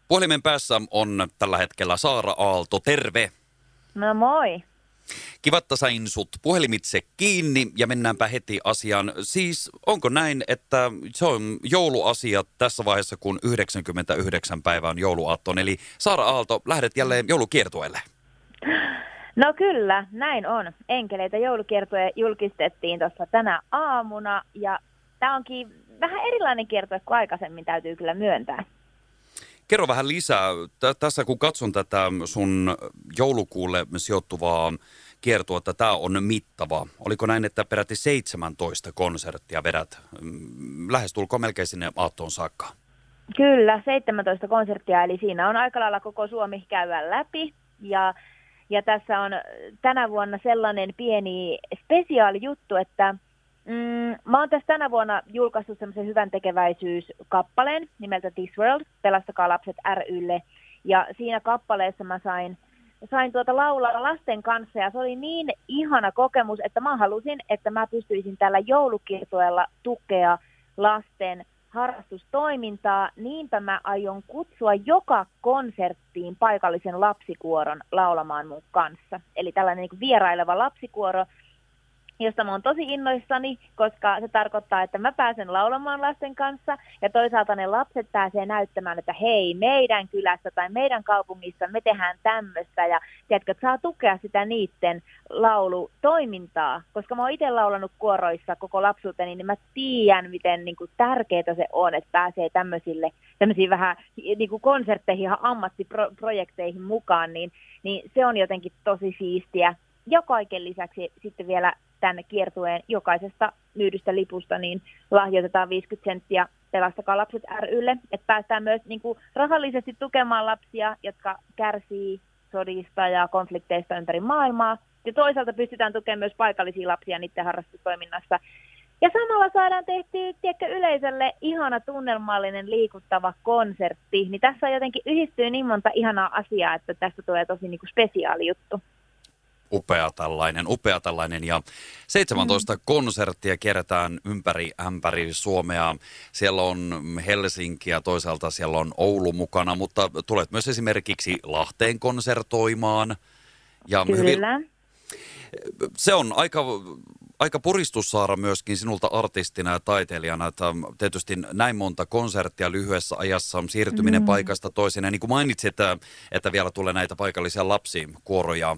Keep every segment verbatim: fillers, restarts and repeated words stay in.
Puhelimen päässä on tällä hetkellä Saara Aalto. Terve! No moi! Kiva, että sain sut puhelimitse kiinni ja mennäänpä heti asiaan. Siis onko näin, että se on jouluasia tässä vaiheessa, kun yhdeksänkymmentäyhdeksän päivää on jouluaattoon. Eli Saara Aalto, lähdet jälleen joulukiertueelle. No kyllä, näin on. Enkeleitä joulukiertue julkistettiin tuossa tänä aamuna ja tämä onkin vähän erilainen kiertue kuin aikaisemmin, täytyy kyllä myöntää. Kerro vähän lisää. Tässä kun katson tätä sun joulukuulle sijoittuvaa kiertuetta, tämä on mittava. Oliko näin, että peräti seitsemäntoista konserttia vedät lähestulkoon melkein sinne aattoon saakka? Kyllä, seitsemäntoista konserttia, eli siinä on aika lailla koko Suomi käydä läpi. Ja, ja tässä on tänä vuonna sellainen pieni spesiaalijuttu, että Mm, mä oon tässä tänä vuonna julkaissut semmoisen hyvän tekeväisyyskappaleen nimeltä This World, Pelastakaa lapset ry:lle. Ja siinä kappaleessa mä sain, sain tuota laulaa lasten kanssa ja se oli niin ihana kokemus, että mä halusin, että mä pystyisin tällä joulukiertueella tukea lasten harrastustoimintaa. Niinpä mä aion kutsua joka konserttiin paikallisen lapsikuoron laulamaan mun kanssa. Eli tällainen niin kuin vieraileva lapsikuoro, josta mä oon tosi innoissani, koska se tarkoittaa, että mä pääsen laulamaan lasten kanssa ja toisaalta ne lapset pääsee näyttämään, että hei, meidän kylässä tai meidän kaupungissa me tehdään tämmöistä ja tiedätkö, että saa tukea sitä niiden laulutoimintaa, koska mä oon itse laulanut kuoroissa koko lapsuuteni, niin mä tiedän, miten niin kuin tärkeää se on, että pääsee tämmöisille, tämmöisiin vähän niin kuin konsertteihin ja ammattiprojekteihin mukaan, niin, niin se on jotenkin tosi siistiä. Ja kaiken lisäksi sitten vielä tänne kiertueen jokaisesta myydystä lipusta niin lahjoitetaan viisikymmentä senttiä Pelastakaa lapset ry:lle, että päästään myös niin kuin rahallisesti tukemaan lapsia, jotka kärsii sodista ja konflikteista ympäri maailmaa. Ja toisaalta pystytään tukemaan myös paikallisia lapsia niiden harrastustoiminnassa. Ja samalla saadaan tehtyä tiedätkö, yleisölle ihana tunnelmallinen liikuttava konsertti. Niin tässä jotenkin yhdistyy niin monta ihanaa asiaa, että tästä tulee tosi niin kuin spesiaali juttu. Upea tällainen, upea tällainen ja seitsemäntoista mm. konserttia kierretään ympäri ämpäri Suomea. Siellä on Helsinki ja toisaalta siellä on Oulu mukana, mutta tulet myös esimerkiksi Lahteen konsertoimaan. Ja Kyllä. Hyvin, se on aika, aika puristus, Saara, myöskin sinulta artistina ja taiteilijana, että tietysti näin monta konserttia lyhyessä ajassa on siirtyminen mm. paikasta toiseen. Ja niin kuin mainitsit, että, että vielä tulee näitä paikallisia lapsikuoroja.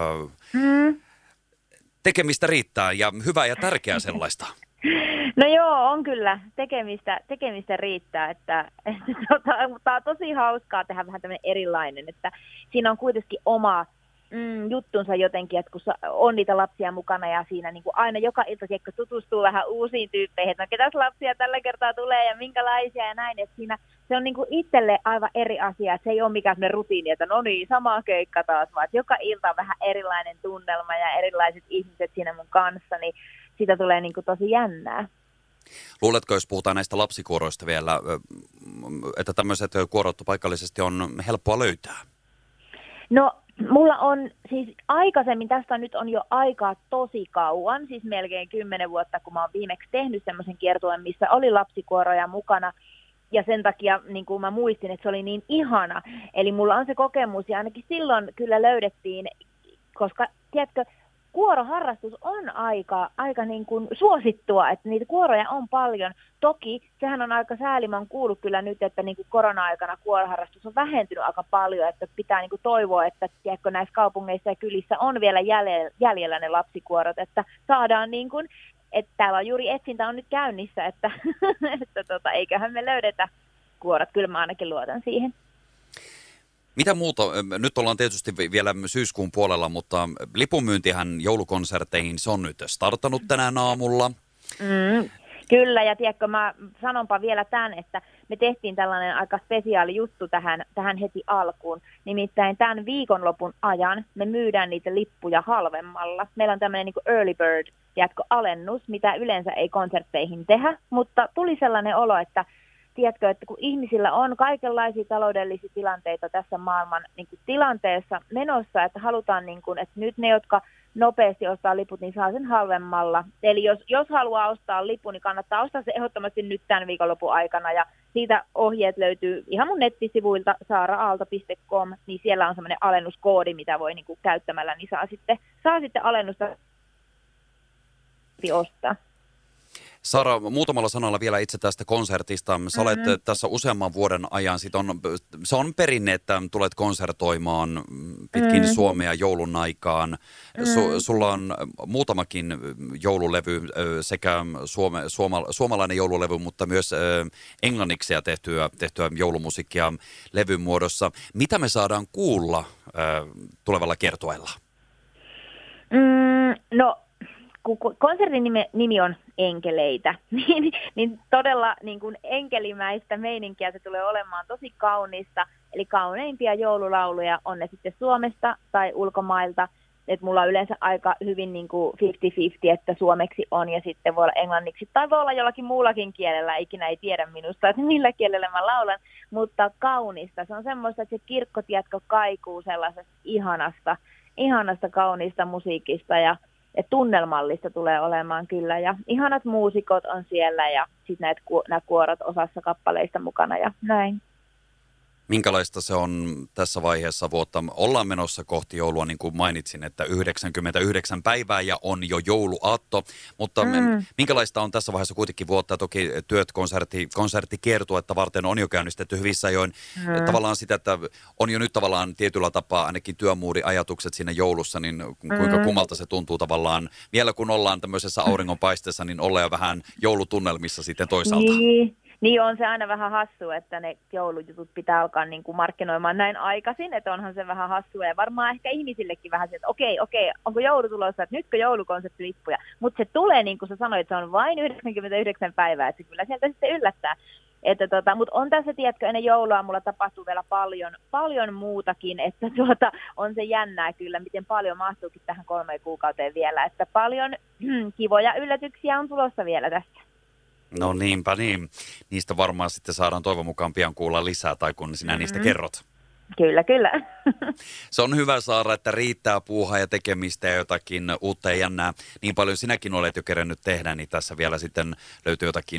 Mm. Tekemistä riittää ja hyvää ja tärkeää sellaista. No joo, on kyllä. Tekemistä, tekemistä riittää, että, että tota, mutta on tosi hauskaa tehdä vähän tämmöinen erilainen, että siinä on kuitenkin oma mm, juttunsa jotenkin, että kun on niitä lapsia mukana ja siinä niin kuin aina joka ilta kiekko tutustuu vähän uusiin tyyppeihin, että no ketäs lapsia tällä kertaa tulee ja minkälaisia ja näin, että siinä se on niin kuin itselle aivan eri asia, että se ei ole mikään sellainen rutiini, että no niin, sama keikka taas, vaan että joka ilta on vähän erilainen tunnelma ja erilaiset ihmiset siinä mun kanssa, niin siitä tulee niin kuin tosi jännää. Luuletko, jos puhutaan näistä lapsikuoroista vielä, että tämmöiset kuorot paikallisesti on helppoa löytää? No, mulla on siis aikaisemmin, tästä nyt on jo aikaa tosi kauan, siis melkein kymmenen vuotta, kun mä oon viimeksi tehnyt semmoisen kiertueen, missä oli lapsikuoroja mukana. Ja sen takia niin kuin mä muistin, että se oli niin ihana. Eli mulla on se kokemus ja ainakin silloin kyllä löydettiin, koska tiedätkö, kuoroharrastus on aika, aika niin kuin suosittua, että niitä kuoroja on paljon. Toki sehän on aika sääli, mä oon kuullut kyllä nyt, että niin kuin korona-aikana kuoroharrastus on vähentynyt aika paljon, että pitää niin kuin toivoa, että tiedätkö, näissä kaupungeissa ja kylissä on vielä jäljellä, jäljellä ne lapsikuorot, että saadaan niin kuin, että täällä on juuri etsintä on nyt käynnissä, että, että tota, eiköhän me löydetä kuorot, kyllä mä ainakin luotan siihen. Mitä muuta? Nyt ollaan tietysti vielä syyskuun puolella, mutta lipunmyyntihän joulukonserteihin, se on nyt startannut tänään aamulla. Mm, kyllä, ja tiedätkö, mä sanonpa vielä tämän, että me tehtiin tällainen aika spesiaali juttu tähän, tähän heti alkuun. Nimittäin tämän viikonlopun ajan me myydään niitä lippuja halvemmalla. Meillä on tämmöinen niin kuin early bird, tiedätkö, alennus, mitä yleensä ei konsertteihin tehdä, mutta tuli sellainen olo, että tiedätkö, että kun ihmisillä on kaikenlaisia taloudellisia tilanteita tässä maailman niin kuin tilanteessa menossa, että halutaan, niin kuin, että nyt ne, jotka nopeasti ostaa liput, niin saa sen halvemmalla. Eli jos, jos haluaa ostaa lipun, niin kannattaa ostaa se ehdottomasti nyt tämän viikonlopun aikana. Ja siitä ohjeet löytyy ihan mun nettisivuilta saara aalto piste com, niin siellä on semmoinen alennuskoodi, mitä voi niin kuin käyttämällä, niin saa sitten, saa sitten alennusta ostaa. Saara, muutamalla sanalla vielä itse tästä konsertista. Sä olet mm-hmm. tässä useamman vuoden ajan, sit on, se on perinne, että tulet konsertoimaan pitkin mm-hmm. Suomea joulun aikaan. Mm-hmm. Su, sulla on muutamakin joululevy, sekä suome, suoma, suomalainen joululevy, mutta myös äh, englanniksi tehtyä, tehtyä joulumusiikkia levyn muodossa. Mitä me saadaan kuulla äh, tulevalla kiertueella? Mm, no... Kun konsertin nimi, nimi on Enkeleitä, niin, niin todella niin kuin enkelimäistä meininkiä se tulee olemaan, tosi kaunista. Eli kauneimpia joululauluja on ne sitten Suomesta tai ulkomailta. Et mulla on yleensä aika hyvin niin kuin viisikymmentä viisikymmentä, että suomeksi on ja sitten voi olla englanniksi. Tai voi olla jollakin muullakin kielellä, ikinä ei tiedä minusta, että millä kielellä mä laulan. Mutta kaunista, se on semmoista, että se kirkkotietko kaikuu sellaisesta ihanasta, ihanasta kauniista musiikista ja että tunnelmallista tulee olemaan kyllä, ja ihanat muusikot on siellä, ja sitten näitä nämä kuorot osassa kappaleista mukana, ja näin. Minkälaista se on tässä vaiheessa vuotta? Ollaan menossa kohti joulua, niin kuin mainitsin, että yhdeksänkymmentäyhdeksän päivää ja on jo jouluaatto, mutta mm. minkälaista on tässä vaiheessa kuitenkin vuotta? Toki työt konsertti, konserttikiertuetta varten on jo käynnistetty hyvissä ajoin. Mm. Tavallaan sitä, että on jo nyt tavallaan tietyllä tapaa ainakin työmuuriajatukset siinä joulussa, niin kuinka mm. kummalta se tuntuu tavallaan. Vielä kun ollaan tämmöisessä auringonpaisteessa, niin ollaan jo vähän joulutunnelmissa sitten toisaalta. Niin. Niin on se aina vähän hassu, että ne joulujutut pitää alkaa niin kuin markkinoimaan näin aikaisin, että onhan se vähän hassua ja varmaan ehkä ihmisillekin vähän se, että okei, okei, onko joulu tulossa, että nytkö joulukonserttilippuja, mutta se tulee niin kuin sä sanoit, se on vain yhdeksänkymmentäyhdeksän päivää, että kyllä sieltä sitten yllättää. Että tota, mutta on tässä, tiedätkö, ennen joulua mulla tapahtuu vielä paljon, paljon muutakin, että tuota, on se jännää kyllä, miten paljon mahtuukin tähän kolmeen kuukauteen vielä, että paljon kivoja yllätyksiä on tulossa vielä tässä. No niinpä niin. Niistä varmaan sitten saadaan toivon mukaan pian kuulla lisää, tai kun sinä mm-hmm. niistä kerrot. Kyllä, kyllä. Se on hyvä, Saara, että riittää puuhaa ja tekemistä ja jotakin uutta ja jännää. Niin paljon sinäkin olet jo kerennyt tehdä, niin tässä vielä sitten löytyy jotakin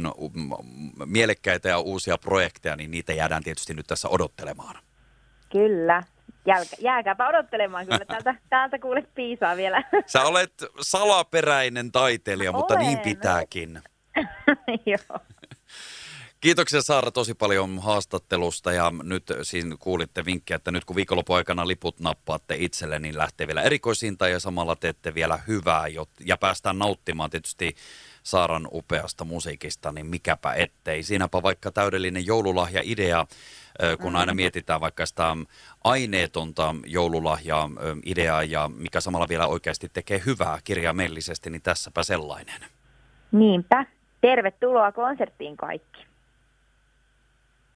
mielekkäitä ja uusia projekteja, niin niitä jäädään tietysti nyt tässä odottelemaan. Kyllä. Jälkä, jääkääpä odottelemaan, kyllä täältä, täältä kuulet piisaa vielä. Sä olet salaperäinen taiteilija, mutta Olen. Niin pitääkin. Joo. Kiitoksia Saara tosi paljon haastattelusta ja nyt siinä kuulitte vinkkiä, että nyt kun viikonlopun aikana liput nappaatte itselle, niin lähtee vielä erikoisinta ja samalla teette vielä hyvää ja päästään nauttimaan tietysti Saaran upeasta musiikista, niin mikäpä ettei. Siinäpä vaikka täydellinen joululahja-idea, kun aina mietitään vaikka sitä aineetonta joululahja-ideaa ja mikä samalla vielä oikeasti tekee hyvää kirjaimellisesti, niin tässäpä sellainen. Niinpä. Tervetuloa konserttiin kaikki.